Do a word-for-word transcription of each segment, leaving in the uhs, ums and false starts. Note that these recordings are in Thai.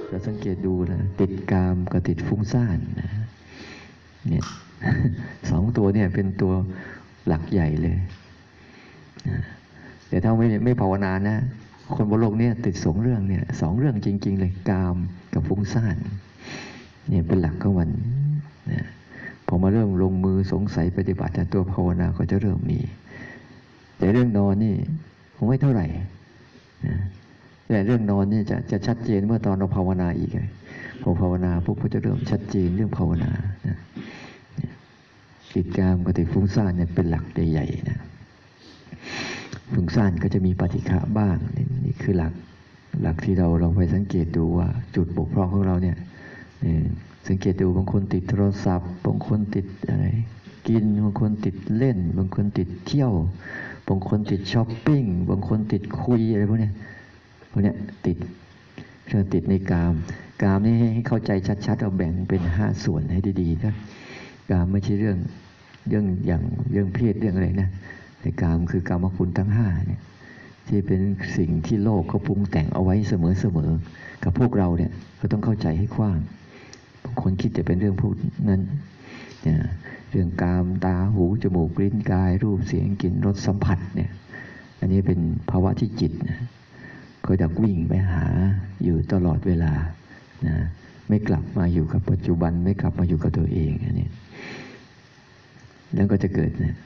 เราสังเกตดูนะติดกามกับติดฟุ้งซ่านนะเนี่ยสองตัวเนี่ยเป็นตัวหลักใหญ่เลยแต่ถ้าไม่ไม่ภาวนานะคนบนโลกเนี่ยติดสองเรื่องเนี่ยสองเรื่องจริงๆเลยกามกับฟุ้งซ่านเนี่ยเป็นหลักของมันนะพอมาเริ่มลงมือสงสัยปฏิบัติตัวภาวนาก็จะเริ่มมีแต่เรื่องนอนนี่คงไม่เท่าไหร่นะแต่เรื่องนอนนี่จะจะชัดเจนเมื่อตอนเราภาวนาอีกพอภาวนาปุ๊บก็จะเริ่มชัดเจนเรื่องภาวนานะติดกามกับติดฟุ้งซ่านเนี่ยเป็นหลักใหญ่ๆนะฟุ้งซ่านก็จะมีปฏิฆะบ้างนี่คือหลักหลักที่เราเราไปสังเกตดูว่าจุดบกพร่องของเราเนี่ยสังเกตดูบางคนติดโทรศัพท์บางคนติดอะไรกินบางคนติดเล่นบางคนติดเที่ยวบางคนติดช้อปปิ้งบางคนติดคุยอะไรพวกนี้พวกนี้ติดเรื่องติดในกามกามนี่ให้เข้าใจชัดๆเอาแบ่งเป็นห้าส่วนให้ดีๆนะกามไม่ใช่เรื่องเรื่องอย่างเรื่องเพศเรื่องอะไรนะแต่กามคือกามคุณทั้งห้าเนี่ยที่เป็นสิ่งที่โลกเขาปรุงแต่งเอาไว้เสมอๆกับพวกเราเนี่ยก็ต้องเข้าใจให้กว้างบางคนคิดจะเป็นเรื่องพวกนั้นเนี่ยเรื่องกามตาหูจมูกลิ้นกายรูปเสียงกลิ่นรสสัมผัสเนี่ยอันนี้เป็นภาวะที่จิตนะก็จะวิ่งไปหาอยู่ตลอดเวลานะไม่กลับมาอยู่กับปัจจุบันไม่กลับมาอยู่กับตัวเองอันนี้แล้วก็จะเกิดนะ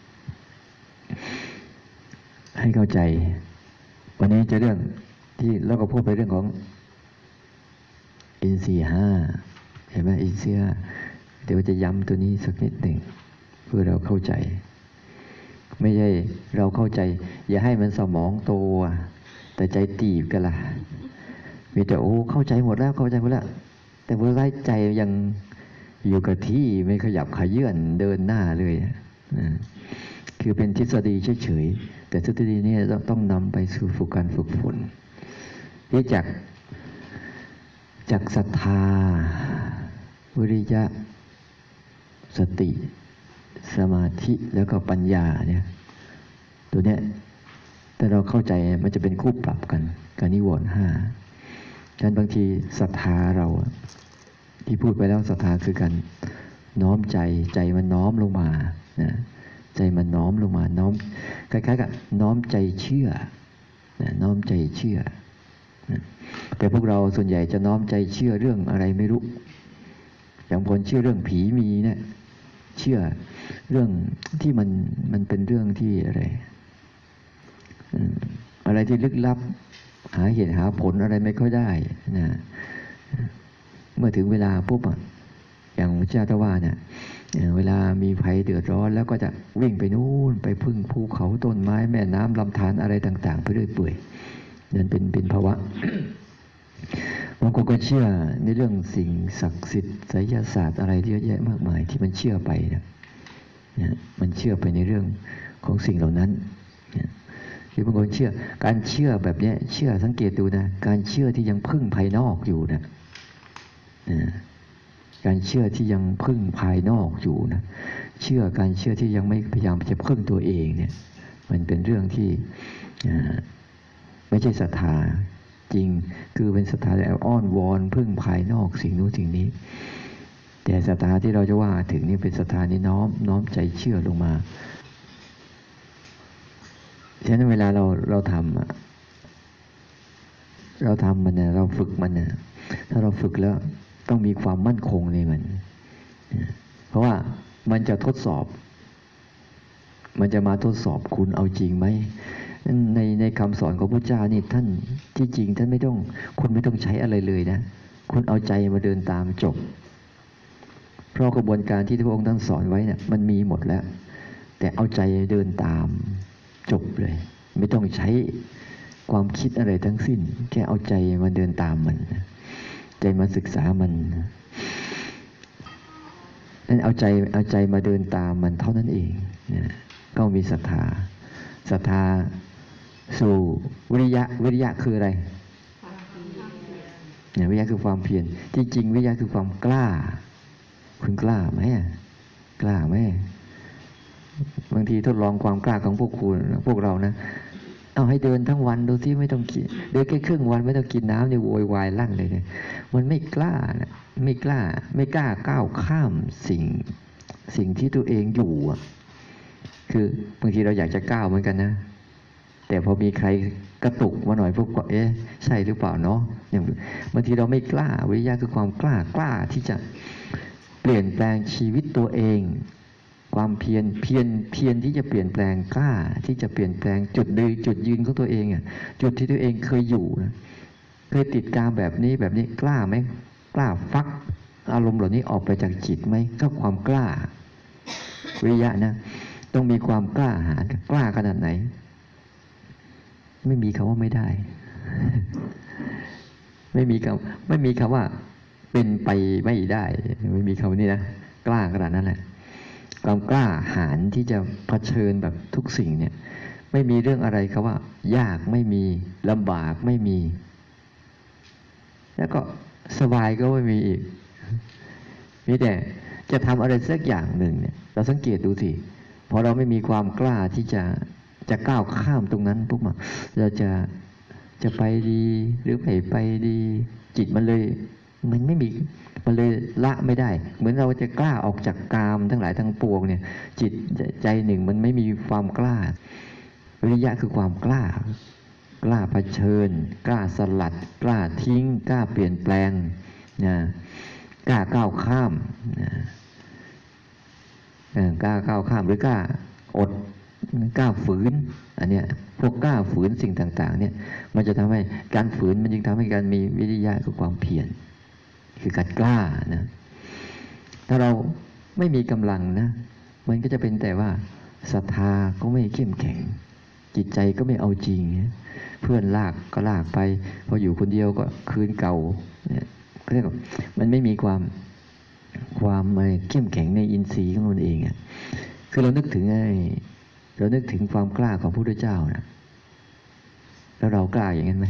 ให้เข้าใจวันนี้จะเรื่องที่เราก็พูดไปเรื่องของอินทรีย์ห้าเห็นไหมอินทรีย์ห้าเดี๋ยวจะย้ำตัวนี้สักนิดหนึ่งเพื่อเราเข้าใจไม่ใช่เราเข้าใจอย่าให้มันสมองโตแต่ใจตีบกันละมีแต่โอ้เข้าใจหมดแล้วเข้าใจหมดแล้วแต่ว่าใจยังอยู่กับที่ไม่ขยับขยื่นเดินหน้าเลยนะคือเป็นทฤษฎีเฉยๆแต่ทฤษฎีนี้ต้องต้องนำไปสู่ฝึกการฝึกฝนที่จากจากศรัทธาวิริยะสติสมาธิแล้วก็ปัญญาเนี่ยตัวเนี้ยแต่เราเข้าใจมันจะเป็นคู่ปรับกันกับนิวรณ์ห้าฉะนั้นบางทีศรัทธาเราที่พูดไปแล้วศรัทธาคือการน้อมใจใจมันน้อมลงมานะใจมันน้อมลงมาน้อมคล้ายๆกับน้อมใจเชื่อนะน้อมใจเชื่อนะแต่พวกเราส่วนใหญ่จะน้อมใจเชื่อเรื่องอะไรไม่รู้อย่างคนเชื่อเรื่องผีมีเนี่ยเชื่อเรื่องที่มันมันเป็นเรื่องที่อะไรอะไรที่ลึกลับหาเหตุหาผลอะไรไม่ค่อยได้นะเมื่อถึงเวลาปุ๊บอ่ะอย่างพระเจ้าตะว่าเนี่ยเวลามีภัยเดือดร้อนแล้วก็จะวิ่งไปนู่นไปพึ่งภูเขาต้นไม้แม่น้ำลำธารอะไรต่างๆไปเรื่อยเปื่อยนั่นเป็นเป็นภาวะบางคนก็เชื่อในเรื่องสิ่งศักดิ์สิทธิ์ไสยศาสตร์อะไรเยอะแยะมากมายที่มันเชื่อไปนะนะมันเชื่อไปในเรื่องของสิ่งเหล่านั้นนะหรือบางคนเชื่อการเชื่อแบบนี้เชื่อสังเกตดูนะการเชื่อที่ยังพึ่งภายนอกอยู่นะนะการเชื่อที่ยังพึ่งภายนอกอยู่นะเชื่อการเชื่อที่ยังไม่พยายามจะพึ่งตัวเองเนี่ยมันเป็นเรื่องที่ไม่ใช่ศรัทธาจริงคือเป็นศรัทธาแต่อ้อนวอนพึ่งภายนอกสิ่งนู้นสิ่งนี้แต่ศรัทธาที่เราจะว่าถึงนี่เป็นศรัทธานี้น้อมน้อมใจเชื่อลงมาฉะนั้นเวลาเราเราทำเราทำมันเนี่ยเราฝึกมันเนี่ยถ้าเราฝึกแล้วต้องมีความมั่นคงในมันเพราะว่ามันจะทดสอบมันจะมาทดสอบคุณเอาจริงไหมในในคำสอนของพระเจ้านี่ท่านที่จริงท่านไม่ต้องคุณไม่ต้องใช้อะไรเลยนะคุณเอาใจมาเดินตามจบเพราะกระบวนการที่พระองค์ท่านสอนไว้เนี่ยมันมีหมดแล้วแต่เอาใจเดินตามจบเลยไม่ต้องใช้ความคิดอะไรทั้งสิ้นแค่เอาใจมาเดินตามมันใจมาศึกษามันนั่นเอาใจเอาใจมาเดินตามมันเท่านั้นเองนะก็มีศรัทธาศรัทธาสู่วิริยะวิริยะคืออะไรเนี่ยวิริยะคือความเพียรจริงๆวิริยะคือความกล้าคุณกล้าไหมกล้าไหมบางทีทดลองความกล้าของพวกคุณพวกเรานะเอาให้เดินทั้งวันดูที่ไม่ต้องกินเดินแค่ครึ่งวันไม่ต้องกินน้ำเนี่ยโวยวายลั่นเลยเนี่ยมันไม่กล้านะไม่กล้าไม่กล้าก้าวข้ามสิ่งสิ่งที่ตัวเองอยู่อ่ะคือบางทีเราอยากจะก้าวเหมือนกันนะแต่พอมีใครกระตุกมาหน่อยพวกก็เอ๊ะใช่หรือเปล่าเนาะอย่างบางทีเราไม่กล้าวิริยะคือความกล้ากล้าที่จะเปลี่ยนแปลงชีวิตตัวเองความเพียรเพียรเพียรที่จะเปลี่ยนแปลงกล้าที่จะเปลี่ยนแปลงจุดยืนจุดยืนของตัวเองอ่ะจุดที่ตัวเองเคยอยู่นะเคยติดกามแบบนี้แบบนี้กล้าไหมกล้าฟักอารมณ์เหล่านี้ออกไปจากจิตไหมก็ความกล้าวิริยะนะต้องมีความกล้าหาญกล้าขนาดไหนไม่มีคำว่าไม่ได้ ไม่มีคำไม่มีคำว่าเป็นไปไม่ได้ไม่มีคำนี้นะกล้าขนาดนั้นแหละความกล้าหาญที่จะเผชิญแบบทุกสิ่งเนี่ยไม่มีเรื่องอะไรครับว่ายากไม่มีลำบากไม่มีแล้วก็สบายก็ไม่มีอีกมีแต่จะทำอะไรสักอย่างหนึ่งเนี่ยเราสังเกตดูสิพอเราไม่มีความกล้าที่จะจะก้าวข้ามตรงนั้นปุ๊บอะเราจะจะไปดีหรือไม่ไปดีจิตมันเลยมันไม่มีมันเลยละไม่ได้เหมือนเราจะกล้าออกจากกามทั้งหลายทั้งปวงเนี่ยจิตใจหนึ่งมันไม่มีความกล้าวิริยะคือความกล้ากล้าเผชิญกล้าสลัดกล้าทิ้งกล้าเปลี่ยนแปลงนะกล้าก้าวข้ามนะกล้าก้าวข้ามหรือกล้าอดกล้าฝืนอันเนี้ยพวกกล้าฝืนสิ่งต่างๆเนี่ยมันจะทำให้การฝืนมันจึงทำให้การมีวิริยะคือความเพียรคือการกล้านะถ้าเราไม่มีกำลังนะมันก็จะเป็นแต่ว่าศรัทธาก็ไม่เข้มแข็งจิตใจก็ไม่เอาจริงเพื่อนลากก็ลากไปพออยู่คนเดียวก็คืนเก่าเนี่ยเรียกว่ามันไม่มีความความเข้มแข็งในอินทรีย์ของตนเองอ่ะคือเรานึกถึงไอ้เรานึกถึงความกล้าของพระพุทธเจ้านะแล้วเรากล้าอย่างนั้นไหม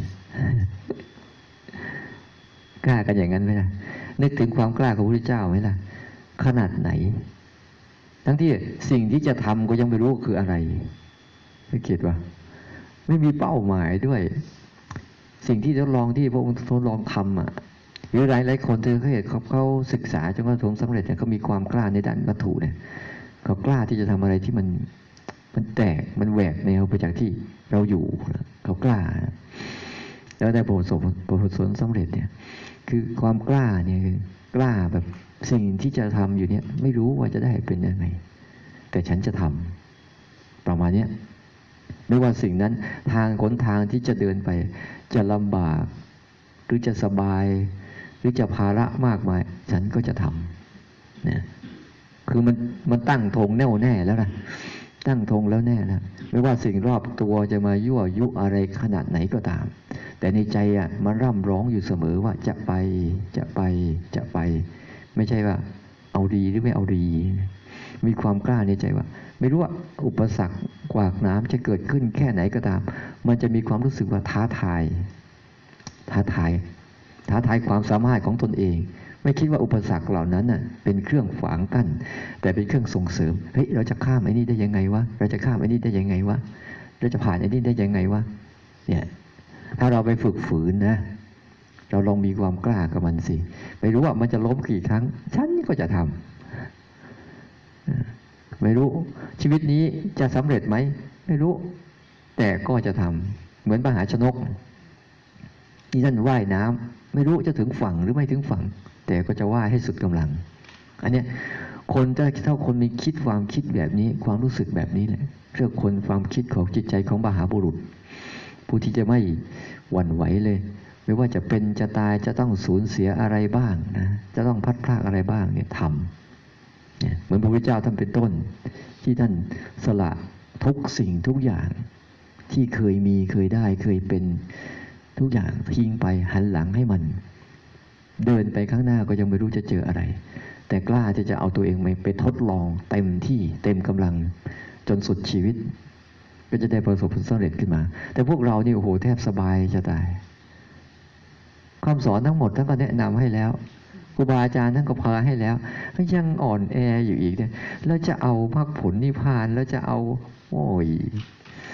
กล้ากันอย่างนั้นไหมล่ะนึกถึงความกล้าของพระพุทธเจ้าไหมล่ะขนาดไหนทั้งที่สิ่งที่จะทำก็ยังไม่รู้คืออะไรไม่เก็ตว่าไม่มีเป้าหมายด้วยสิ่งที่ทดลองที่พระองค์ทดลองทำอ่ะหรือหลายหลายคนเธอเขาเห็นเขาเขาศึกษาจนกระทั่งสำเร็จเนี่ยเขามีความกล้าในด้านวัตถุเนี่ยเขากล้าที่จะทำอะไรที่มันมันแตกมันแหวกแนวไปจากที่เราอยู่เขากล้าแล้วได้ประสบประสบผลสำเร็จเนี่ยคือความกล้าเนี่ยกล้าแบบสิ่งที่จะทำอยู่เนี่ยไม่รู้ว่าจะได้เป็นยังไงแต่ฉันจะทำประมาณนี้ไม่ว่าสิ่งนั้นทางขนทางที่จะเดินไปจะลำบากหรือจะสบายหรือจะภาระมากมายฉันก็จะทำเนี่ยคือมันมันตั้งธงแน่วแน่แล้วนะตั้งธงแล้วแน่นะไม่ว่าสิ่งรอบตัวจะมายั่วยุอะไรขนาดไหนก็ตามแต่ในใจอ่ะมันร่ำร้องอยู่เสมอว่าจะไปจะไปจะไปไม่ใช่ว่าเอาดีหรือไม่เอาดีมีความกล้าในใจว่าไม่รู้ว่าอุปสรรคกวากน้ำจะเกิดขึ้นแค่ไหนก็ตามมันจะมีความรู้สึกว่าท้าทายท้าทายท้าทายความสามารถของตนเองไม่คิดว่าอุปสรรคเหล่านั้นน่ะเป็นเครื่องขวางกั้นแต่เป็นเครื่องส่งเสริมเฮ้ยเราจะข้ามไอ้นี่ได้ยังไงวะเราจะข้ามไอ้นี่ได้ยังไงวะเราจะผ่านไอ้นี่ได้ยังไงวะเนี่ยถ้าเราไปฝึกฝืนนะเราลองมีความกล้ากับมันสิไม่รู้ว่ามันจะล้มกี่ครั้งฉันก็จะทำไม่รู้ชีวิตนี้จะสำเร็จไหมไม่รู้แต่ก็จะทำเหมือนมหาชนกที่ท่านว่ายน้ำไม่รู้จะถึงฝั่งหรือไม่ถึงฝั่งแต่ก็จะว่ายให้สุดกำลังอันเนี้ยคนถ้าเท่าคนมีคิดความคิดแบบนี้ความรู้สึกแบบนี้แหละเรื่องคนความคิดของจิตใจของมหาบุรุษผู้ที่จะไม่หวั่นไหวเลยไม่ว่าจะเป็นจะตายจะต้องสูญเสียอะไรบ้างนะจะต้องพัดพลาดอะไรบ้างเนี่ยทำเนี่ยเหมือนพระพุทธเจ้าท่านเป็นต้นที่ท่านสละทุกสิ่งทุกอย่างที่เคยมีเคยได้เคยเป็นทุกอย่างทิ้งไปหันหลังให้มันเดินไปข้างหน้าก็ยังไม่รู้จะเจออะไรแต่กล้าที่จะเอาตัวเองไปทดลองเต็มที่เต็มกำลังจนสุดชีวิตก็จะได้ประสบผลสำเร็จขึ้นมาแต่พวกเรานี่โอ้โหแทบสบายจะตายคำสอนทั้งหมดท่านก็แนะนำให้แล้วครูบาอาจารย์ท่านก็พาให้แล้วยังอ่อนแออยู่อีกเนี่ยแล้วจะเอามรรคผลนิพพานแล้วจะเอาโอ้ย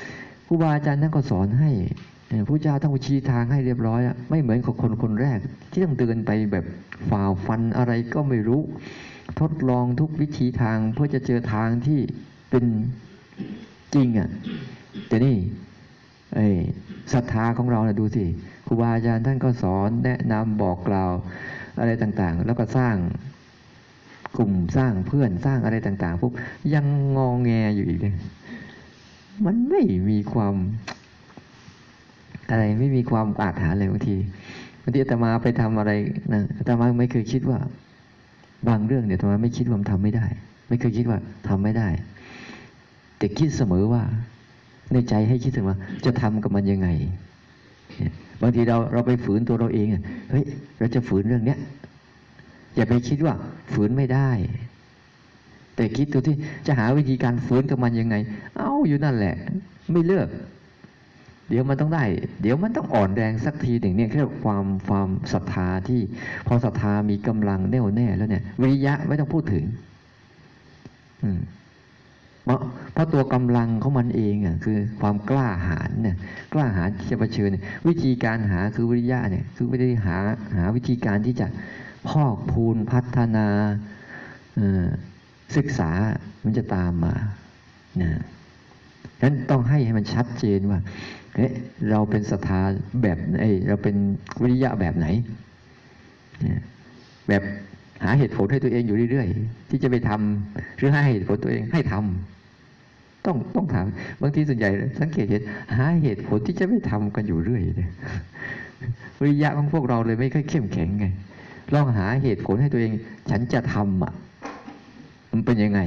ครูบาอาจารย์ท่านก็สอนให้พระเจ้าต้องชี้ทางให้เรียบร้อยแล้วไม่เหมือนกับคนคนแรกที่ต้องเดินไปแบบฝ่าฟันอะไรก็ไม่รู้ทดลองทุกวิธีทางเพื่อจะเจอทางที่เป็นจริงอ่ะแต่นี่ไอ้ศรัทธาของเรานะดูสิครูบาอาจารย์ท่านก็สอนแนะนำบอกกล่าวอะไรต่างๆแล้วก็สร้างกลุ่มสร้างเพื่อนสร้างอะไรต่างๆปุ๊บยังงอแงอยู่อีกเลยมันไม่มีความอะไรไม่มีความอาถรรพ์เลยบางทีบางทีอาตมาไปทำอะไรนะอาตมาไม่เคยคิดว่าบางเรื่องเนี่ยอาตมาไม่คิดว่ามันทำไม่ได้ไม่เคยคิดว่าทำไม่ได้แต่คิดเสมอว่าในใจให้คิดถึงว่าจะทำกับมันยังไงบางทีเราเราไปฝืนตัวเราเองเฮ้ยเราจะฝืนเรื่องเนี้ยอย่าไปคิดว่าฝืนไม่ได้แต่คิดตัวที่จะหาวิธีการฝืนกับมันยังไงเอ้าอยู่นั่นแหละไม่เลิกเดี๋ยวมันต้องได้เดี๋ยวมันต้องอ่อนแรงสักทีหนึ่งเนี่ยเรียกความความศรัทธาที่พอศรัทธามีกำลังแน่วแน่แล้วเนี่ยวิริยะไม่ต้องพูดถึงอืมเพราะเพราะตัวกำลังของมันเองอ่ะคือความกล้าหาญเนี่ยกล้าหาญที่จะเผชิญวิธีการหาคือวิริยะเนี่ยคือไม่ได้หาหาวิธีการที่จะพอกพูนพัฒนาศึกษามันจะตามมานะฉะนั้นต้องให้ให้มันชัดเจนว่าเฮ้ยเราเป็นศรัทธาแบบไอ้เราเป็นวิริยะแบบไหนแบบหาเหตุผลให้ตัวเองอยู่เรื่อยๆที่จะไปทำหรือให้เหตุผลตัวเองให้ทำต้องต้องถามบางทีส่วนใหญ่สังเกตเห็นหาเหตุผลที่จะไม่ทำกันอยู่เรื่อยเลยวิริยะของพวกเราเลยไม่ค่อยเข้มแข็งไงลองหาเหตุผลให้ตัวเองฉันจะทำอ่ะมันเป็นยังไง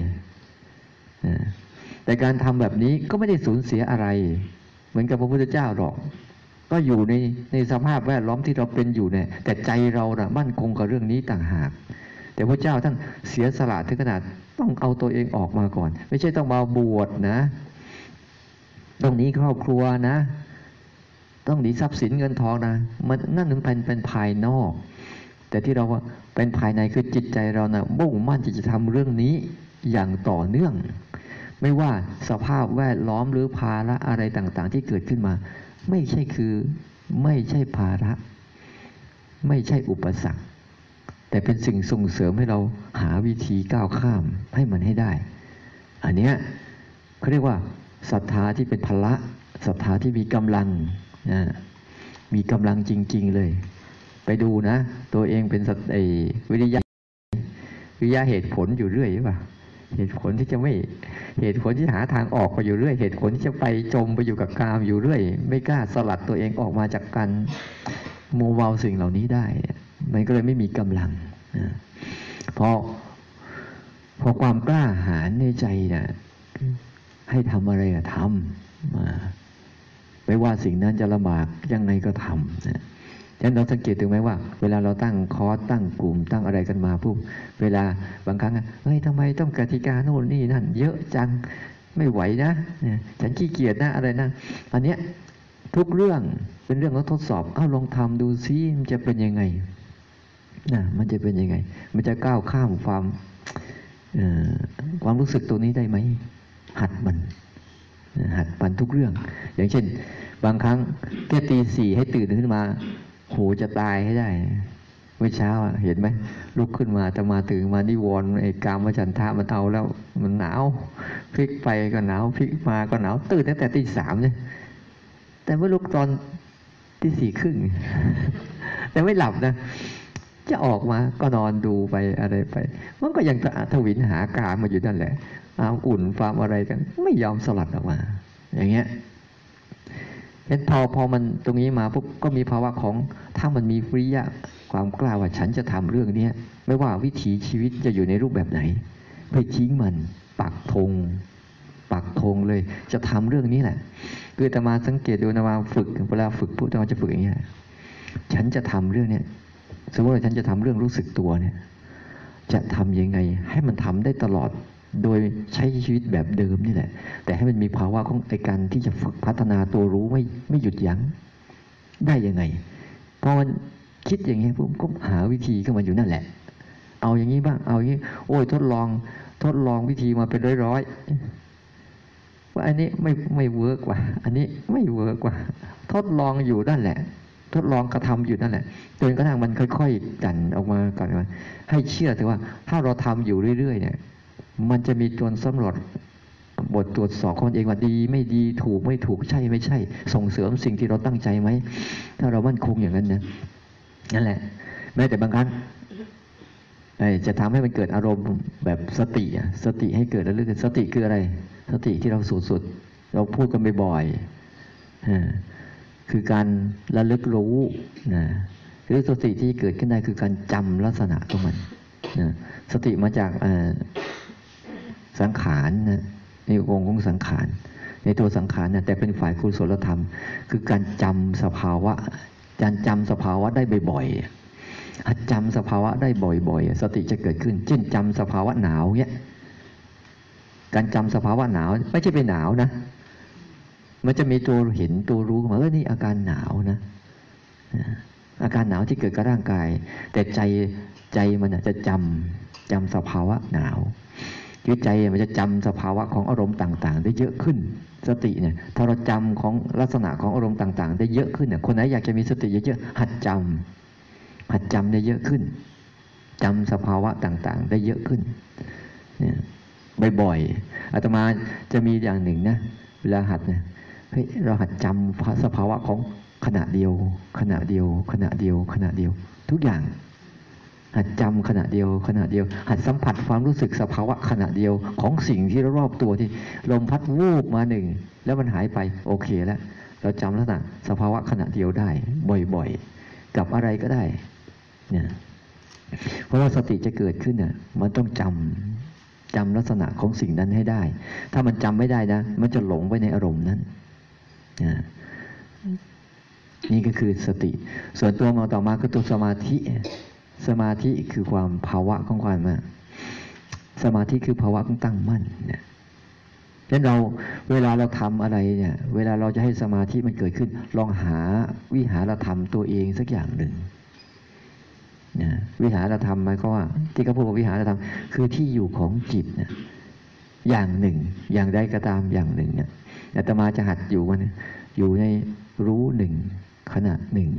แต่การทำแบบนี้ก็ไม่ได้สูญเสียอะไรเหมือนกับพระพุทธเจ้าหรอกก็อยู่ในในสภาพแวดล้อมที่เราเป็นอยู่เนี่ยแต่ใจเราน่ะมั่นคงกับเรื่องนี้ต่างหากแต่พระเจ้าท่านเสียสละถึงขนาดต้องเอาตัวเองออกมาก่อนไม่ใช่ต้องมาบวชนะต้องหนีครอบครัวนะต้องหนีทรัพย์สินเงินทองนะมันนั่นมันเป็นเป็นภายนอกแต่ที่เราว่าเป็นภายในคือจิตใจเรานะ่ะมุ่งมั่นที่จะทำเรื่องนี้อย่างต่อเนื่องไม่ว่าสภาพแวดล้อมหรือภาระอะไรต่างๆที่เกิดขึ้นมาไม่ใช่คือไม่ใช่ภาระไม่ใช่อุปสรรคแต่เป็นสิ่งส่งเสริมให้เราหาวิธีก้าวข้ามให้มันให้ได้อันเนี้ยเขาเรียกว่าศรัทธาที่เป็นพละศรัทธาที่มีกำลังนะมีกำลังจริงๆเลยไปดูนะตัวเองเป็นสัตว์ไอ้วิริยะวิริยะเหตุผลอยู่เรื่อยหรือเปล่าเหตุผลที่จะไม่เหตุผลที่หาทางออกไปอยู่เรื่อยเหตุผลที่จะไปจมไปอยู่กับกามอยู่เรื่อยไม่กล้าสลัดตัวเองออกมาจากการมัวเมาสิ่งเหล่านี้ได้มันก็เลยไม่มีกำลังนะพอพอความกล้าหาญในใจนะให้ทำอะไรอะทำมาไม่ว่าสิ่งนั้นจะลำบากยังไงก็ทำนะฉะนั้นเราสังเกตถึงไหมว่าเวลาเราตั้งคอร์สตั้งกลุ่มตั้งอะไรกันมาปุ๊บเวลาบางครั้งเฮ้ยทำไมต้องกติกาโน่นนี่นั่นเยอะจังไม่ไหวนะฉันขี้เกียจนะอะไรนะอันเนี้ยทุกเรื่องเป็นเรื่องของทดสอบเอ้าลองทำดูซิมันจะเป็นยังไงนะมันจะเป็นยังไงมันจะก้าวข้ามความความรู้สึกตัวนี้ได้ไหมหัดมันหัดมันทุกเรื่องอย่างเช่นบางครั้งแค่ตีสี่ให้ตื่นขึ้นมาโหจะตายให้ได้เมื่อเช้าเห็นไหมลุกขึ้นมาจะมาตื่นมานิวรณ์ไอ้กามฉันทะมันเอาแล้วมันหนาวพลิกไปก็หนาวพลิกมาก็หนาวตื่นตั้งแต่ตีสามเนี่ยแต่เมื่อลุกตอนตีสี่ครึ่งแต่ไม่หลับนะจะออกมาก็นอนดูไปอะไรไปมันก็ยังทวินหากามมาอยู่นั่นแหละเอาอุ่นความอะไรกันไม่ยอมสลัดออกมาอย่างเงี้ยเห็นพอพอมันตรงนี้มาปุ๊บก็มีภาวะของถ้ามันมีวิริยะความกล้าว่าฉันจะทำเรื่องนี้ไม่ว่าวิถีชีวิตจะอยู่ในรูปแบบไหนไม่ทิ้งมันปักธงปักธงเลยจะทำเรื่องนี้แหละคืออาตมาสังเกตดูอาตมาฝึกเวลาฝึกพูดอาตมาจะฝึกอย่างนี้แหละฉันจะทำเรื่องนี้สมมติว่าฉันจะทำเรื่องรู้สึกตัวเนี่ยจะทำยังไงให้มันทำได้ตลอดโดยใช้ชีวิตแบบเดิมนี่แหละแต่ให้มันมีภาวะของไอ้การที่จะฝึกพัฒนาตัวรู้ไม่ไม่หยุดยั้งได้ยังไงพอมันคิดอย่างนี้ผมก็หาวิธีเข้ามาอยู่นั่นแหละเอาอย่างนี้บ้างเอาอย่างนี้โอ้ยทดลองทดลองวิธีมาเป็นร้อยๆว่าอันนี้ไม่ไม่เวิร์กว่ะอันนี้ไม่เวิร์กว่ะทดลองอยู่นั่นแหละทดลองกระทำอยู่นั่นแหละจนกระทั่งมันค่อยๆดันออกมาก่อนว่าให้เชื่อแต่ว่าถ้าเราทำอยู่เรื่อยๆเนี่ยมันจะมีตัวสำรวจบทตรวจสอบคนเองว่าดีไม่ดีถูกไม่ถูกใช่ไม่ใช่ส่งเสริมสิ่งที่เราตั้งใจไหมถ้าเรามั่นคงอย่างนั้นนะนั่นแหละแม้แต่บางครั้งจะทำให้มันเกิดอารมณ์แบบสติสติให้เกิดแล้วเรื่องสติคืออะไรสติที่เราสูดสุดเราพูดกันบ่อยๆคือการระลึกรู้นะหรือสติที่เกิดขึ้นได้คือการจำลักษณะของมันนะสติมาจากสังขารนะในองค์ของสังขารในตัวสังขารนะแต่เป็นฝ่ายกุศลธรรมคือการจำสภาวะการจำสภาวะได้บ่อยๆหัดจำสภาวะได้บ่อยๆสติจะเกิดขึ้นเช่นจำสภาวะหนาวเนี่ยการจำสภาวะหนาวไม่ใช่เป็นหนาวนะมันจะมีตัวเห็นตัวรู้มาว่านี่อาการหนาวนะอาการหนาวที่เกิดกับร่างกายแต่ใจใจมันจะจำจำสภาวะหนาวคือใจมันจะจำสภาวะของอารมณ์ต่างๆได้เยอะขึ้นสติเนี่ยถ้าเราจำของลักษณะของอารมณ์ต่างๆได้เยอะขึ้นเนี่ยคนไหนอยากจะมีสติเยอะๆหัดจำหัดจำได้เยอะขึ้นจำสภาวะต่างๆได้เยอะขึ้นเนี่ยบ่อยๆอาตมาจะมีอย่างหนึ่งนะเวลาหัดเนี่ยเฮ้ยเราหัดจำสภาวะของขณะเดียวขณะเดียวขณะเดียวขณะเดียวทุกอย่างหัดจำขณะเดียวขณะเดียวหัดสัมผัสความรู้สึกสภาวะขณะเดียวของสิ่งที่รอบตัวที่ลมพัดวูบมาหนึ่งแล้วมันหายไปโอเคแล้วเราจำลักษณะสภาวะขณะเดียวได้บ่อยๆกับอะไรก็ได้เนี่ยเพราะว่าสติจะเกิดขึ้นเนี่ยมันต้องจำจำลักษณะของสิ่งนั้นให้ได้ถ้ามันจำไม่ได้นะมันจะหลงไปในอารมณ์นั้นนี่ก็คือสติส่วนตัวมาต่อมาคือตัวสมาธิสมาธิคือความภาวะของความมาสมาธิคือภาวะของตั้งมั่นเนี่ยฉะนั้นเราเวลาเราทำอะไรเนี่ยเวลาเราจะให้สมาธิมันเกิดขึ้นลองหาวิหารธรรมตัวเองสักอย่างหนึ่งนะวิหารธรรมหมายความว่าที่เขาพูดว่าวิหารธรรมคือที่อยู่ของจิตนะอย่างหนึ่งอย่างใดก็ตามอย่างหนึ่งเนี่ยอาตมาจะหัดอยู่มันอยู่ในรู้หนึ่งขณะหนึ่ง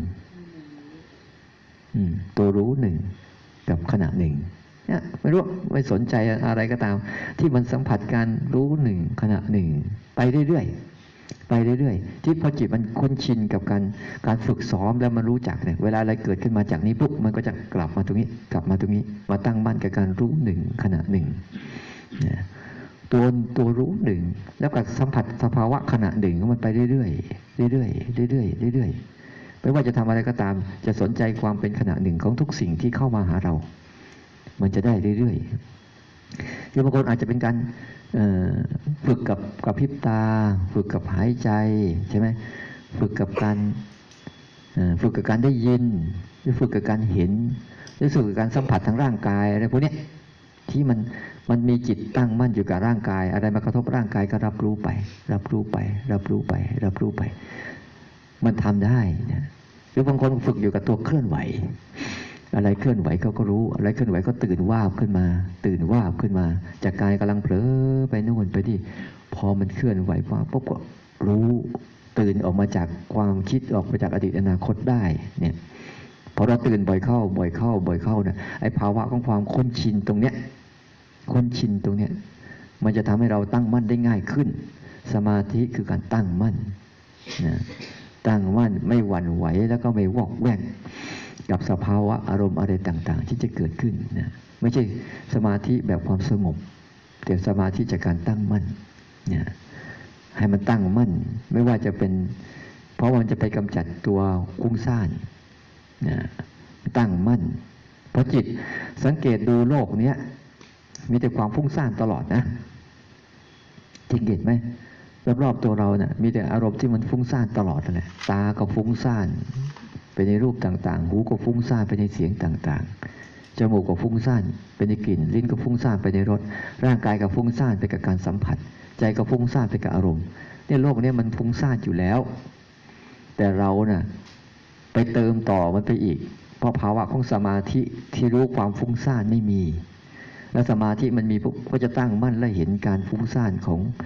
ตัวรู้หนึ่งกับขณะหนึ่งเนี่ยไม่รู้ไม่สนใจอะไรก็ตามที่มันสัมผัสการรู้หนึ่งขณะหนึ่งไปเรื่อยๆไปเรื่อยๆที่พอจิตมันคุ้นชินกับการการฝึกซ้อมแล้วมันรู้จักเนี่ยเวลาอะไรเกิดขึ้นมาจากนี้ปุ๊บมันก็จะกลับมาตรงนี้กลับมาตรงนี้มาตั้งมั่นกับการรู้หนึ่งขณะหนึ่งเนี่ยตัวตัวรู้หนึ่งแล้วก็สัมผัสสภาวะขณะหนึ่งมันไปเรื่อยๆเรื่อยๆเรื่อยๆเรื่อยๆไม่ว่าจะทำอะไรก็ตามจะสนใจความเป็นขณะหนึ่งของทุกสิ่งที่เข้ามาหาเรามันจะได้เรื่อยๆที่บางคนอาจจะเป็นการฝึกกับกับพริบตาฝึกกับหายใจใช่ไหมฝึกกับการฝึกกับการได้ยินหรือฝึกกับการเห็นหรือฝึกกับการสัมผัสทางร่างกายอะไรพวกนี้ที่มันมันมีจิตตั้งมั่นอยู่กับร่างกายอะไรมากระทบร่างกายก็รับรู้ไปรับรู้ไปรับรู้ไปรับรู้ไปมันทำได้นะหรือบางคนฝึกอยู่กับตัวเคลื่อนไหวอะไรเคลื่อนไหวเขาก็รู้อะไรเคลื่อนไหวก็ตื่นวาบขึ้นมาตื่นวาบขึ้นมาจากกายกำลังเผลอไปโน่นไปที่พอมันเคลื่อนไหวว่าปุ๊บก็รู้ตื่นออกมาจากความคิดออกมาจากอดีตอนาคตได้เนี่ยพอเราตื่นบ่อยเข้าบ่อยเข้าบ่อยเข้านะไอ้ภาวะของความคุ้นชินตรงเนี้ยคุ้นชินตรงเนี้ยมันจะทำให้เราตั้งมั่นได้ง่ายขึ้นสมาธิคือการตั้งมั่นนะตั้งมั่นไม่หวั่นไหวแล้วก็ไม่วอกแวกกับสภาวะอารมณ์อะไรต่างๆที่จะเกิดขึ้นนะไม่ใช่สมาธิแบบความสงบแต่สมาธิจากการตั้งมั่นนะให้มันตั้งมั่นไม่ว่าจะเป็นเพราะมันจะไปกำจัดตัวฟุ้งซ่านนะตั้งมั่นเพราะจิตสังเกตดูโลกเนี้ยมีแต่ความฟุ้งซ่านตลอดนะสังเกตไหมรอบๆตัวเราเนี่ยมีแต่อารมณ์ที่มันฟุ้งซ่านตลอดนั่นแหละตาก็ฟุ้งซ่านไปในรูปต่างๆหูก็ฟุ้งซ่านไปในเสียงต่างๆจมูกก็ฟุ้งซ่านไปในกลิ่นลิ้นก็ฟุ้งซ่านไปในรสร่างกายก็ฟุ้งซ่านไปกับการสัมผัสใจก็ฟุ้งซ่านไปกับอารมณ์เนี่ยโลกนี้มันฟุ้งซ่านอยู่แล้วแต่เราน่ะไปเติมต่อมันไปอีกเพราะภาวะของสมาธิที่รู้ความฟุ้งซ่านไม่มีแล้วสมาธิมันมีปุ๊บก็จะตั้งมั่นและเห็นการฟุ้งซ่านของ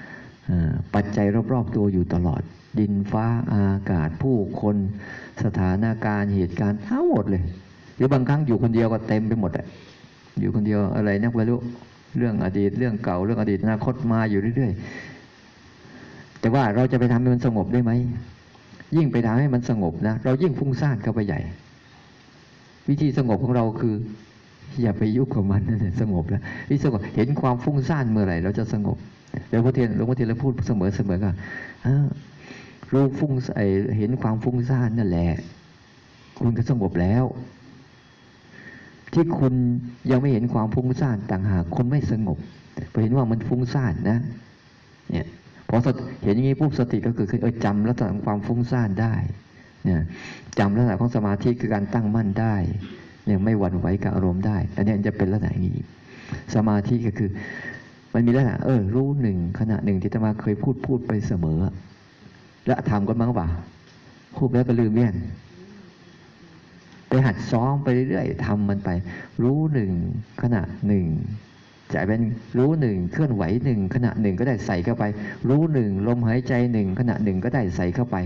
ปัจจัยรอบๆตัวอยู่ตลอดดินฟ้าอากาศผู้คนสถานการณ์เหตุการณ์ทั้งหมดเลยหรือบางครั้งอยู่คนเดียวก็เต็มไปหมดอะอยู่คนเดียวอะไรนักไม่รู้เรื่องอดีตเรื่องเก่าเรื่องอดีตอนาคตมาอยู่เรื่อยๆแต่ว่าเราจะไปทำให้มันสงบได้ไหมยิ่งไปทำให้มันสงบนะเรายิ่งฟุ้งซ่านเข้าไปใหญ่วิธีสงบของเราคืออย่าไปยุ่งกับมันนั่นแหละสงบแล้ววิธีสงบเห็นความฟุ้งซ่านเมื่อไหร่เราจะสงบหลวงพ่อเทียนหลวงพ่อเทียนเราพูดเสมอเสมอกันรู้ฟุ้งเห็นความฟุ้งซ่านนั่นแหละคุณก็สงบแล้วที่คุณยังไม่เห็นความฟุ้งซ่านต่างหากคนไม่สงบพอเห็นว่ามันฟุ้งซ่านนะเนี่ยพอเห็นอย่างนี้ปุ๊บสติก็คือเออจำลักษณะของความฟุ้งซ่านได้เนี่ยจำลักษณะของสมาธิคือการตั้งมั่นได้เนี่ยไม่หวั่นไหวกับอารมณ์ได้อันนี้จะเป็นลักษณะอย่างนี้สมาธิก็คือมันมีลักษณะเออรู้หนึ่งขณะหนึ่งที่อาตมาเคยพูดพูดไปเสมอแล้วทำกันบ้างป่ะพูดแล้วก็ลืมเมี่ยงไปหัดซ้อมไปเรื่อยๆทำมันไปรู้หนึ่งขณะหนึ่งจะเป็นรู้หนึ่งเคลื่อนไหวหนึ่งขณะหนึ่งก็ได้ใส่เข้าไปรู้หนึ่งลมหายใจหนึ่งขณะหนึ่งก็ได้ใส่เข้าไป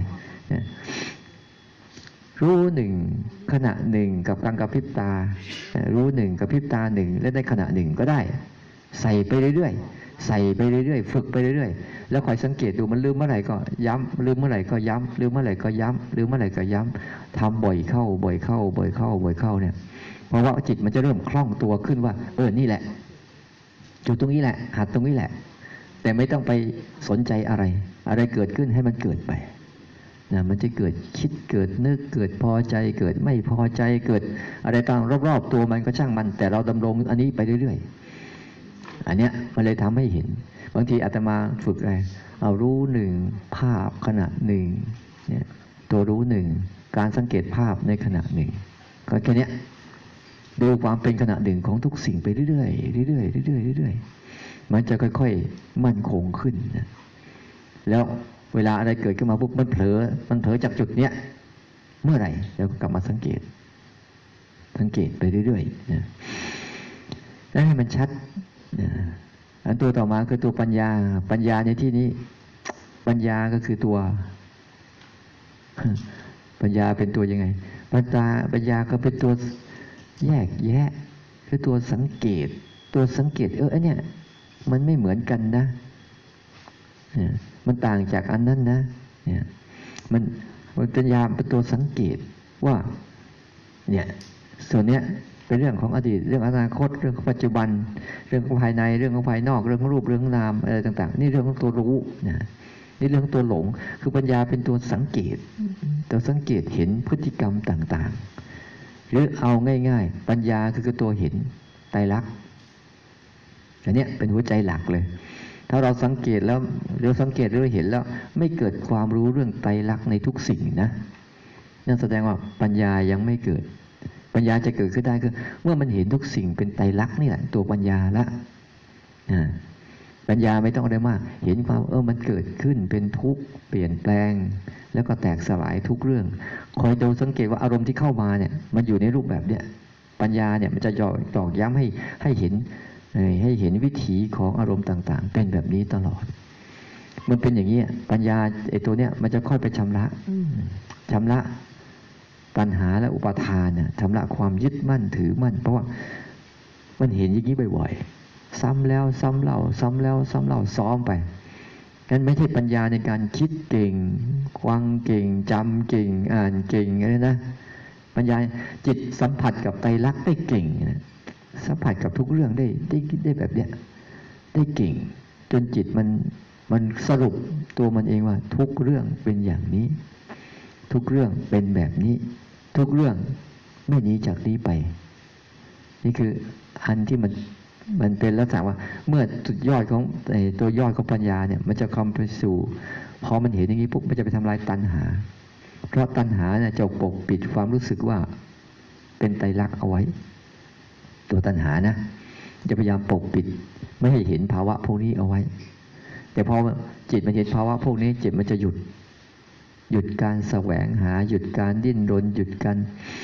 รู้หนึ่งขณะหนึ่งกับการกระพริบตารู้หนึ่งกระพริบตาหนึ่งและในขณะหนึ่งก็ได้ใส่ไปเรื่อยๆใส่ไปเรื่อยๆฝึกไปเรื่อยๆแล้วคอยสังเกตดูมันลืมเมื่อไหร่ก็ย้ำลืมเมื่อไหร่ก็ย้ำลืมเมื่อไหร่ก็ย้ำลืมเมื่อไหร่ก็ย้ำทำบ่อยเข้าบ่อยเข้าบ่อยเข้าบ่อยเข้าเนี่ยเพราะว่าจิตมันจะเริ่มคล่องตัวขึ้นว่าเออนี่แหละจุดตรงนี้แหละหัดตรงนี้แหละแต่ไม่ต้องไปสนใจอะไรอะไรเกิดขึ้นให้มันเกิดไปนะมันจะเกิดคิดเกิดนึกเกิดพอใจเกิดไม่พอใจเกิดอะไรต่างรอบๆตัวมันก็ช่างมันแต่เราดำรงอันนี้ไปเรื่อยๆอันเนี้ยมันเลยทำให้เห็นบางทีอาตมาฝึกอะไรเอารู้หนึ่งภาพขณะหนึ่งเนี่ยตัวรู้หนึ่งการสังเกตภาพในขณะหนึ่งก็แค่นี้ดูความเป็นขณะหนึ่งของทุกสิ่งไปเรื่อยๆเรื่อยๆเรื่อยๆเรื่อยๆมันจะค่อยๆมั่นคงขึ้นนะแล้วเวลาอะไรเกิดขึ้นมาปุ๊บมันเผลอมันเผลอจากจุดเนี้ยเมื่อไหร่เราก็กลับมาสังเกตสังเกตไปเรื่อยๆนะแล้วให้มันชัดนะอันตัวต่อมาคือตัวปัญญาปัญญาในที่นี้ปัญญาก็คือตัวปัญญาเป็นตัวยังไงปัญญาปัญญาก็เป็นตัวแยกแยะคือตัวสังเกตตัวสังเกตเออไอเนี่ยมันไม่เหมือนกันนะเนี่ยมันต่างจากอันนั้นนะเนี่ยมันปัญญาเป็นตัวสังเกตว่าเนี่ยส่วนเนี้ยเป็นเรื่องของอดีตเรื่องอนาคตเรื่องของปัจจุบันเรื่องของภายในเรื่องของภายนอกเรื่องของรูปเรื่องของนามอะไรต่างๆนี่เรื่องของตัวรู้นะนี่เรื่องของตัวหลงคือปัญญาเป็นตัวสังเกตตัวสังเกตเห็นพฤติกรรมต่างๆหรือเอาง่ายๆปัญญาคือตัวเห็นไตรลักษณ์อันนี้เป็นหัวใจหลักเลยถ้าเราสังเกตแล้วหรือสังเกตหรือเห็นแล้วไม่เกิดความรู้เรื่องไตรลักษณ์ในทุกสิ่งนะนั่นแสดงว่าปัญญายังไม่เกิดปัญญาจะเกิดขึ้นได้คือเมื่อมันเห็นทุกสิ่งเป็นไตรลักษณ์นี่แหละตัวปัญญาละปัญญาไม่ต้องอะไรมากเห็นความเออมันเกิดขึ้นเป็นทุกข์เปลี่ยนแปลงแล้วก็แตกสลายทุกเรื่องคอยดูสังเกตว่าอารมณ์ที่เข้ามาเนี่ยมันอยู่ในรูปแบบเนี้ยปัญญาเนี่ยมันจะตอกย้ำให้ให้เห็นให้เห็นวิถีของอารมณ์ต่างๆเป็นแบบนี้ตลอดมันเป็นอย่างนี้ปัญญาไอ้ตัวเนี้ยมันจะค่อยไปชำระชำระปัญหาและอุปาทานเนี่ยชำระความยึดมั่นถือมั่นเพราะว่ามันเห็นอย่างนี้บ่อยๆซ้ำแล้วซ้ำเล่าซ้ำแล้วซ้ำเล่าซ้อมไปงั้นไม่ใช่ปัญญาในการคิดเก่งฟังเก่งจำเก่งอ่านเก่งอะไรนะปัญญาจิตสัมผัสกับไตรลักษณ์ได้เก่งนะสัมผัสกับทุกเรื่องได้ได้ได้แบบเนี้ยได้เก่งจนจิตมันมันสรุปตัวมันเองว่าทุกเรื่องเป็นอย่างนี้ทุกเรื่องเป็นแบบนี้ทุกเรื่องไม่หนีจากนี้ไปนี่คืออันที่มันมันเป็นลักษณะว่าเมื่อจุดยอดของตัวยอดของปัญญาเนี่ยมันจะคำไปสู่พอมันเห็นอย่างนี้ปุ๊บมันจะไปทำลายตัณหาเพราะตัณหาเนี่ยจะปกปิดความรู้สึกว่าเป็นไตรลักษณ์เอาไว้ตัวตัณหานะจะพยายามปกปิดไม่ให้เห็นภาวะพวกนี้เอาไว้แต่พอจิตมันเห็นภาวะพวกนี้จิตมันจะหยุดหยุดการแสวงหาหยุดการดิ้นรนหยุดการ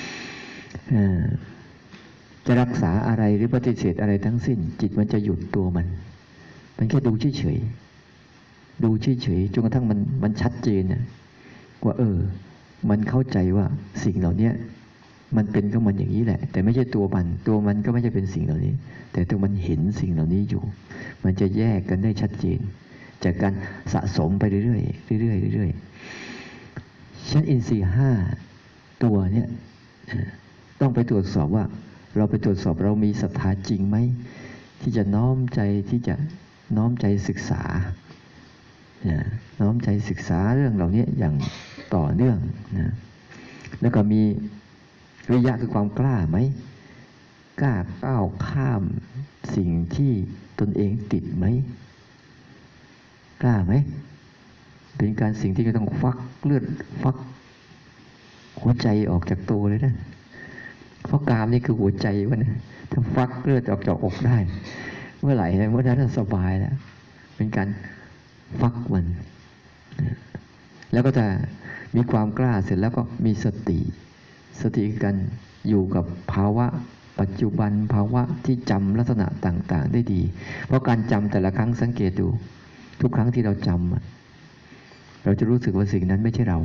จะรักษาอะไรหรือปฏิเสธอะไรทั้งสิ้นจิตมันจะหยุดตัวมันมันแค่ดูเฉยๆดูเฉยๆจนกระทั่งมันมันชัดเจนนะว่าเออมันเข้าใจว่าสิ่งเหล่านี้มันเป็นก็มันอย่างนี้แหละแต่ไม่ใช่ตัวมันตัวมันก็ไม่ใช่เป็นสิ่งเหล่านี้แต่ตัวมันเห็นสิ่งเหล่านี้อยู่มันจะแยกกันได้ชัดเจนจากการสะสมไปเรื่อยๆเรื่อยๆเรื่อยๆชั้นอินทรีย์ห้าตัวเนี่ยต้องไปตรวจสอบว่าเราไปตรวจสอบเรามีศรัทธาจริงไหมที่จะน้อมใจที่จะน้อมใจศึกษาน้อมใจศึกษาเรื่องเหล่านี้อย่างต่อเนื่องนะแล้วก็มีวิริยะคือความกล้าไหมกล้าก้าวข้ามสิ่งที่ตนเองติดไหมกล้าไหมเป็นการสิ่งที่จะต้องฟักเลือดฟักหัวใจออกจากตัวเลยนะเพราะกามนี่คือหัวใจวะนะถ้าฟักเลือดออกจากอกได้เมื่อไหร่เมื่อนั้นสบายแล้วเป็นการฟักมันแล้วก็จะมีความกล้าเสร็จแล้วก็มีสติสติกันอยู่กับภาวะปัจจุบันภาวะที่จำลักษณะต่างๆได้ดีเพราะการจำแต่ละครั้งสังเกตดูทุกครั้งที่เราจำเราจะรู้สึกว่าสิ่งนั้นไม่ใช่เรา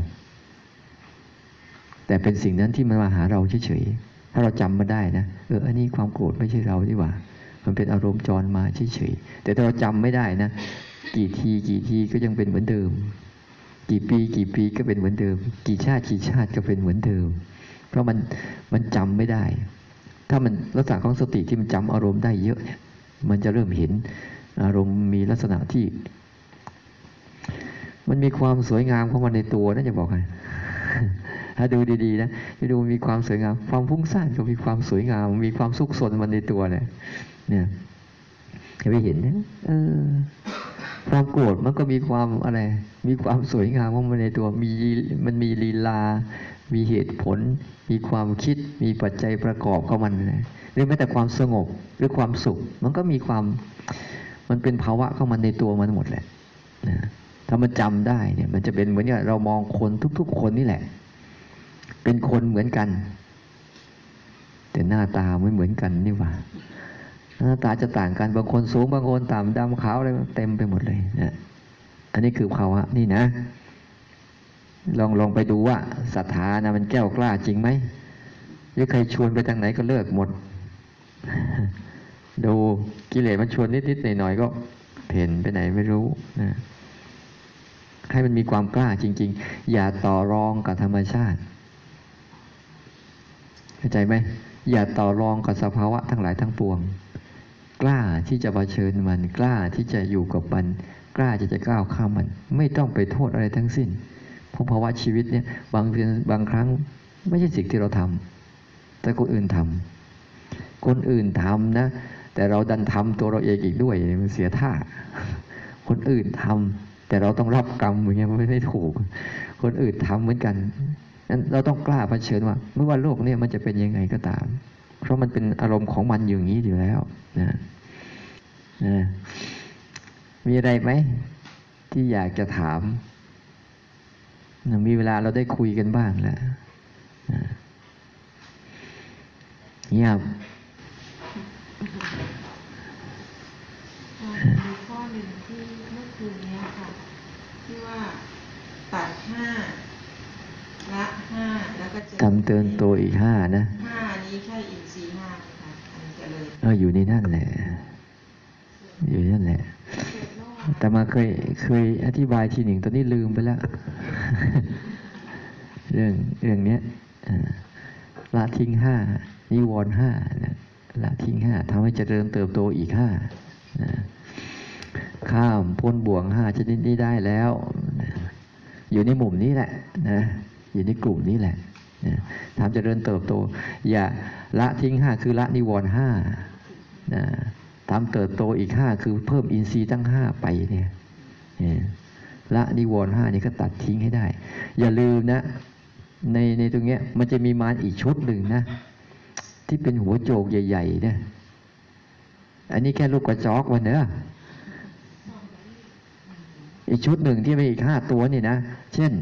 แต่เป็นสิ่งนั้นที่มันมาหาเราเฉยๆถ้าเราจำมาได้นะเอออันนี้ความโกรธไม่ใช่เราดีกว่ามันเป็นอารมณ์จรมาเฉยๆแต่ถ้าเราจำไม่ได้นะกี่ทีกี่ทีก็ยังเป็นเหมือนเดิมกี่ปีกี่ปีก็เป็นเหมือนเดิมกี่ชาติกี่ชาติก็เป็นเหมือนเดิมเพราะมันมันจำไม่ได้ถ้ามันลักษณะของสติที่มันจำอารมณ์ได้เยอะเนี่ยมันจะเริ่มเห็นอารมณ์มีลักษณะที่มันมีความสวยงามของมันในตัวนะจะบอกให้ถ้าดูดีๆนะจะดูมีความสวยงามความฟุ้งซ่านก็มีความสวยงามมีความสุขสนมันในตัวเลยเนี่ยจะไปเห็นนะเออความโกรธมันก็มีความอะไรมีความสวยงามของมันในตัวมีมันมีลีลามีเหตุผลมีความคิดมีปัจจัยประกอบของมันนะหรือแม้แต่ความสงบหรือความสุขมันก็มีความมันเป็นภาวะของมันในตัวมันหมดแหละนะถ้ามันจำได้เนี่ยมันจะเป็นเหมือนกับเรามองคนทุกๆคนนี่แหละเป็นคนเหมือนกันแต่หน้าตาไม่เหมือนกันนี่หว่าหน้าตาจะต่างกันบางคนสูงบางคนต่ำดำขาวอะไรเต็มไปหมดเลยนะอันนี้คือภาวะนี่นะลองลองไปดูว่าศรัทธานะมันแก้วกล้าจริงไหมยังใครชวนไปทางไหนก็เลิกหมดดูกิเลสมันชวนนิดๆหน่อยๆก็เพ่นไปไหนไม่รู้นะให้มันมีความกล้าจริงๆอย่าต่อรองกับธรรมชาติเข้าใจไหมอย่าต่อรองกับสภาวะทั้งหลายทั้งปวงกล้าที่จะเผชิญมันกล้าที่จะอยู่กับมันกล้าที่จะก้าวข้ามมันไม่ต้องไปโทษอะไรทั้งสิ้นเพราะภาวะชีวิตเนี่ยบางบางครั้งไม่ใช่สิ่งที่เราทำแต่คนอื่นทำคนอื่นทำนะแต่เราดันทำตัวเราเองอีกด้วยมันเสียท่าคนอื่นทำแต่เราต้องรับกรรมอย่างเงี้ยมันไม่ถูกคนอื่นทำเหมือนกันนั้นเราต้องกล้าเผชิญว่าไม่ว่าโลกเนี่ยมันจะเป็นยังไงก็ตามเพราะมันเป็นอารมณ์ของมันอย่างนี้อยู่แล้วนะนะมีอะไรไหมที่อยากจะถามนะมีเวลาเราได้คุยกันบ้างแล้วนะเงียบมีข้อหนึ่งที่เมื่อคืนนี้ค่ะที่ว่าตัดห้าละห้าแล้วก็จะทำเตือนตัวอีกห้านะห้านี้ใช่อินทรีย์ห้าไหมคะอันนี้จะเลยเอออยู่ในนั่นแหละอยู่นั่นแหละแต่มาเคยเคยอธิบายทีหนึ่งตอนนี้ลืมไปแล้ว เรื่องเรื่องเนี้ยละทิ้งห้านิวรณ์ห้าละทิ้งห้าทำให้เจริญเติบโตอีกห้าข้ามพ้นบ่วงห้าชนิดนี้ได้แล้วอยู่ในหมู่นี้แหละนะอยู่ในกลุ่มนี้แหละทำเจริญเติบโตอย่าละทิ้งห้าคือละนิวรณ์ห้าทำเติบโตอีกห้าคือเพิ่มอินทรีย์ตั้งห้าไปเนี่ยละนิวรณ์ห้านี่ก็ตัดทิ้งให้ได้อย่าลืมนะในในตรงเนี้ยมันจะมีมารอีกชุดหนึ่งนะที่เป็นหัวโจกใหญ่ๆเนี่ยอันนี้แค่ลูกกระจอกวันเนอะอีกชุดหนึ่งที่มีอีกห้าตัวนี่นะเช่น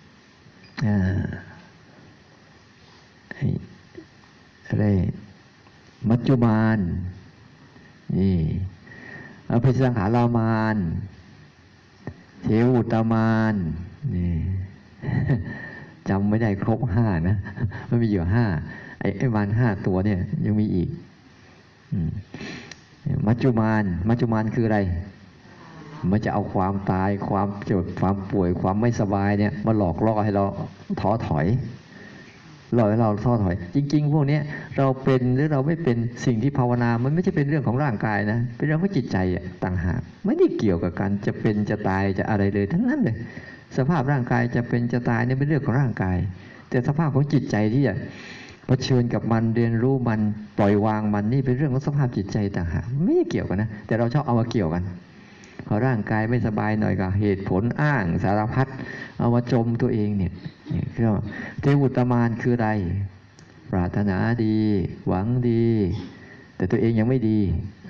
อะไรมัจจุมานนี่อภิสังขารามานเทวุตมานนี่จำไม่ได้ครบห้านะมันมีอยู่ห้าไอ้ไอ้มารห้าตัวเนี่ยยังมีอีกมัจจุมานมัจจุมานคืออะไรมันจะเอาความตายความเจ็บความป่วยความไม่สบายเนี่ยมาหลอกล่อให้เราท้อถอยหลอกให้เราท้อถอยจริงๆพวกนี้เราเป็นหรือเราไม่เป็นสิ่งที่ภาวนามันไม่ใช่เป็นเรื่องของร่างกายนะเป็นเรื่องของจิตใจต่างหากไม่ได้เกี่ยวกับการจะเป็นจะตายจะอะไรเลยทั้งนั้นเลยสภาพร่างกายจะเป็นจะตายเนี่ยเป็นเรื่องของร่างกายแต่สภาพของจิตใจที่จะเผชิญกับมันเรียนรู้มันปล่อยวางมันนี่เป็นเรื่องของสภาพจิตใจต่างหากไม่ได้เกี่ยวกันนะแต่เราชอบเอามาเกี่ยวกันพอร่างกายไม่สบายหน่อยก็เหตุผลอ้างสารพัดเอามาจมตัวเองเนี่ยนี่คือเทวุตมานคืออะไรปรารถนาดีหวังดีแต่ตัวเองยังไม่ดี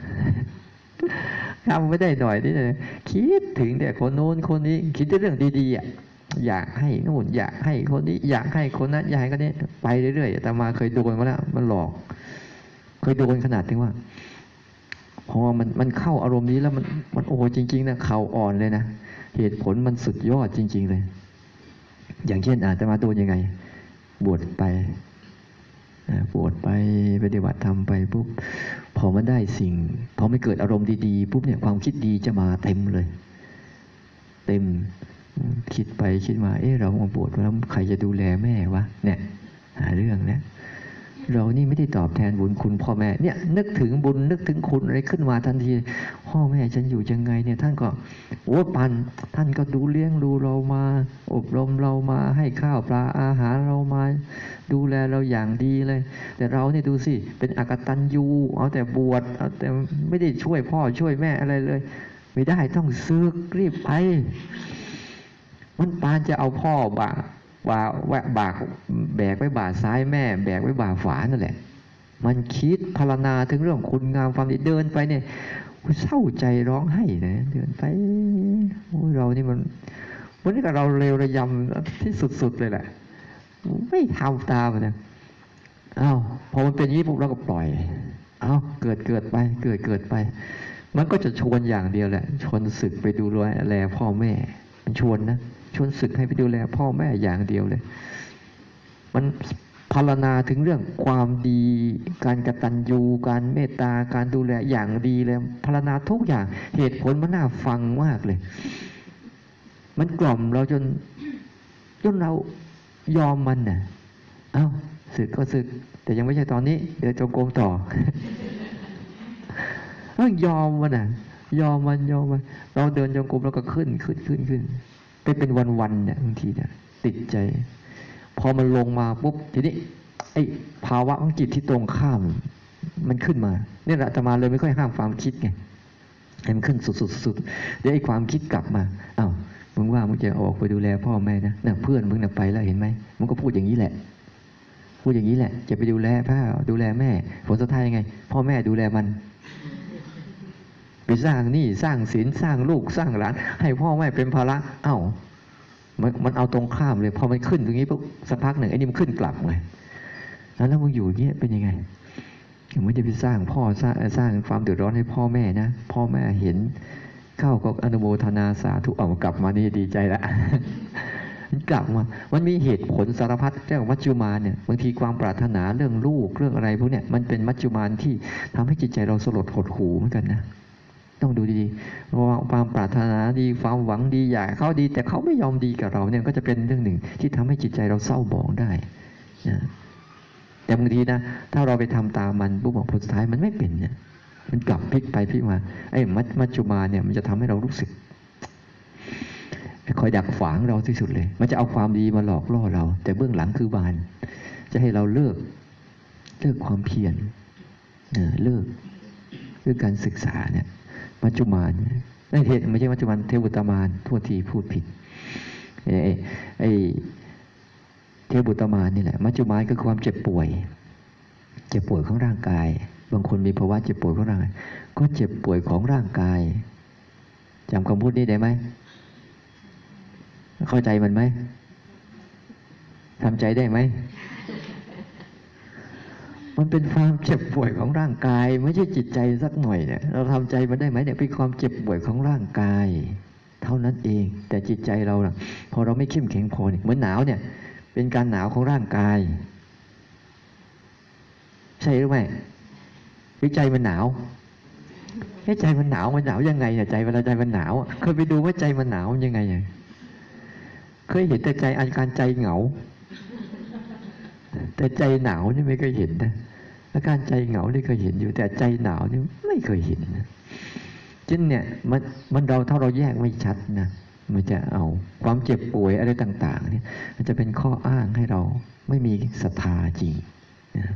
ทำไม่ได้หน่อยนี่เลยคิดถึงแต่คนโน้นคนนี้คิดแต่เรื่องดีๆอ่ะอยากให้นู่นอยากให้คนนี้อยากให้คนนั้นอยากให้คนนี้ไปเรื่อยๆแต่มาเคยโดนมาแล้วมันหลอกเคยโดนขนาดที่ว่าพอมันมันเข้าอารมณ์นี้แล้วมันมันโอ้จริงๆนะเข่าอ่อนเลยนะเหตุผลมันสุดยอดจริงๆเลยอย่างเช่นอาตมาโดนยังไงบวชไปบวชไปปฏิบัติธรรมไปปุ๊บพอมันได้สิ่งพอไม่เกิดอารมณ์ดีๆปุ๊บเนี่ยความคิดดีจะมาเต็มเลยเต็มคิดไปคิดมาเออเรามาบวชแล้วใครจะดูแลแม่วะเนี่ยหาเรื่องนะเรานี่ไม่ได้ตอบแทนบุญคุณพ่อแม่เนี่ยนึกถึงบุญนึกถึงคุณอะไรขึ้นมาทันทีพ่อแม่ฉันอยู่ยังไงเนี่ยท่านก็โอ้ปันท่านก็ดูเลี้ยงดูเรามาอบรมเรามาให้ข้าวปลาอาหารเรามาดูแลเราอย่างดีเลยแต่เราเนี่ยดูสิเป็นอกตัญญูเอาแต่บวชเอาแต่ไม่ได้ช่วยพ่อช่วยแม่อะไรเลยไม่ได้ต้องซึกรีบไปมันปานจะเอาพ่อบ่าบ่าแวะบากแบกไว้บ่าซ้ายแม่แบกไว้บ่าขวานั่นแหละมันคิดพรรณนาถึงเรื่องคุณงามความดีเดินไปเนี่ยเศร้าใจร้องไห้นะเดินไปโอ้ยเรานี่มันวันนี้กับเราเร็วระยำที่สุดๆเลยแหละไม่ทำตามนะอ้าวพอมันเป็นอย่างนี้ปุ๊บเราก็ปล่อยอ้าวเกิดเกิดไปเกิดเกิดไปมันก็จะชวนอย่างเดียวแหละชวนศึกไปดูแลพ่อแม่มันชวนนะชวนศึกให้ไปดูแลพ่อแม่อย่างเดียวเลยมันพรรณนาถึงเรื่องความดีการกตัญญูการเมตตาการดูแลอย่างดีเลยพรรณนาทุกอย่างเหตุผลมันน่าฟังมากเลยมันกล่อมเราจนจนเรายอมมันน่ะเอ้าศึกก็ศึกแต่ยังไม่ใช่ตอนนี้เดี๋ยวจงกรมต่อเอ้ายอมมันน่ะยอมมันยอมมันเราเดินจงกรมแล้วก็ขึ้นขึ้นขึ้นขึ้นไปเป็นวันๆเนี่ยบางทีเนี่ยติดใจพอมันลงมาปุ๊บทีนี้ไอ้ภาวะของจิตที่ตรงข้ามมันขึ้นมาเนี่ยอาตมาเลยไม่ค่อยห้ามความคิดไงให้มันขึ้นสุดๆๆเดี๋ยวไอ้ความคิดกลับมาอ้าวมึงว่ามึงจะออกไปดูแลพ่อแม่นะน่ะเพื่อนมึงน่ะไปแล้วเห็นไหมมึงก็พูดอย่างนี้แหละพูดอย่างนี้แหละจะไปดูแลพ่อดูแลแม่ผลสุดท้ายยังไงพ่อแม่ดูแลมันไปสร้างหนี้สร้างศีลสร้างลูกสร้างหลานให้พ่อแม่เป็นภาระเอ้ามันมันเอาตรงข้ามเลยพอมันขึ้นตรงนี้ปุ๊บสักพักหนึ่งไอ้นี่มันขึ้นกลับไงแล้วมึงอยู่อย่างเงี้ยเป็นยังไงไม่ได้ไปสร้างพ่อสร้างสร้างความเดือดร้อนให้พ่อแม่นะพ่อแม่เห็นเข้าก็อนุโมทนาสาธุเอากลับมานี่ดีใจละมันกลับมามันมีเหตุผลสารพัดเรื่องมัจจุมานเนี่ยบางทีความปรารถนาเรื่องลูกเรื่องอะไรพวกเนี้ยมันเป็นมัจจุมานที่ทำให้จิตใจเราสลดหดหู่เหมือนกันนะต้องดูดีๆเพราะว่าความปรารถนาดีความหวังดีอยากเขาดีแต่เขาไม่ยอมดีกับเราเนี่ยก็จะเป็นเรื่องหนึ่งที่ทำให้จิตใจเราเศร้าหมองได้นะแต่บางทีนะถ้าเราไปทำตามมันปุ๊บผลสุดท้ายมันไม่เป็นเนี่ยมันกลับพลิกไปพลิกมาไอ้มัจจุมานเนี่ยมันจะทำให้เรารู้สึกคอยดักขวางเราที่สุดเลยมันจะเอาความดีมาหลอกล่อเราแต่เบื้องหลังคือบานจะให้เราเลิกเลิกความเพียรเลิกเรื่องการศึกษาเนี่ยมัจจุมานนั่นเหตุไม่ใช่มัจจุมานเทวุตมานทั่วทีพูดผิดไอ้ไอ้เทวุตมานนี่แหละมัจจุมานคือความเจ็บป่วยเจ็บป่วยของร่างกายบางคนมีภาวะเจ็บป่วยของร่างกายก็เจ็บป่วยของร่างกายจำคำพูดนี้ได้ไหมเข้าใจมันไหมทำใจได้ไหมมันเป็นความเจ็บป่วยของร่างกายไม่ใช่จิตใจสักหน่อยเนี่ยเราทำใจมันได้ไหมเนี่ยเป็นความเจ็บป่วยของร่างกายทท่านั้นเอง แต่จิตใจเราล่ะพอเราไม่เข้มแข็งพอเนี่ยเหมือนหนาวเนี่ยเป็นการหนาวของร่างกายใช่หรือไม่วิจัยมันหนาวให้ใจมันหนาวมันหนาวยังไงเนี่ยใจเวลาใจมันหนาวเคยไปดูว่าใจมันหนาวยังไงเคยเห็นแต่ใจอาการใจเหงาแต่ใจหนาวนี่ไม่เคยเห็นนะอาการใจเหงานี่เคยเห็นอยู่แต่ใจหนาวนี่ไม่เคยเห็นนะจนเนี่ยมันมันเราถ้าเราแยกไม่ชัดนะมันจะเอาความเจ็บป่วยอะไรต่าง ๆ เนี่ยมันจะเป็นข้ออ้างให้เราไม่มีศรัทธาจริงนะ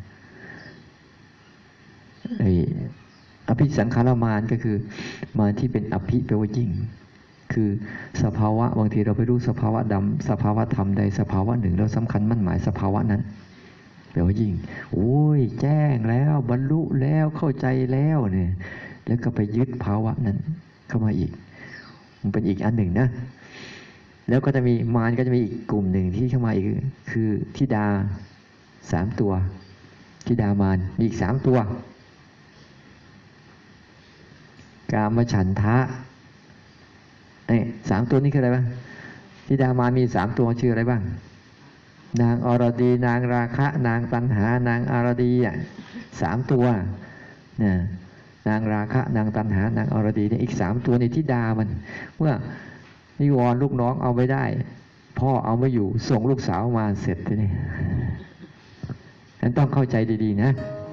ไอ้อภิสังขารมารก็คือมารที่เป็นอภิแปลว่ายิ่งคือสภาวะบางทีเราไปรู้สภาวะดำสภาวะธรรมใดสภาวะหนึ่งเราสำคัญมั่นหมายสภาวะนั้นแปลว่ายิ่งโอ้ยแจ้งแล้วบรรลุแล้วเข้าใจแล้วเนี่ยแล้วก็ไปยึดภาวะนั้นเข้ามาอีกมันเป็นอีกอันหนึ่งนะแล้วก็จะมีมารก็จะมีอีกกลุ่มหนึ่งที่เข้ามาอีกคือธิดาสามตัวธิดามารมีอีกสามตัวกามฉันทะนี่สามตัวนี้คืออะไรบ้างธิดามารมีสามตัวชื่ออะไรบ้างนางอรดีนางราคะนางตัณหานางอรดีอ่ะสามตัวเนี่ยนางราคะนางตัณหานางอรดีเนี่ยอีกสามตัวในธิดามันเมื่อนิวรณ์ลูกน้องเอาไม่ได้พ่อเอาไม่อยู่ส่งลูกสาวมาเสร็จทีนี้ฉันต้องเข้าใจดีๆนะ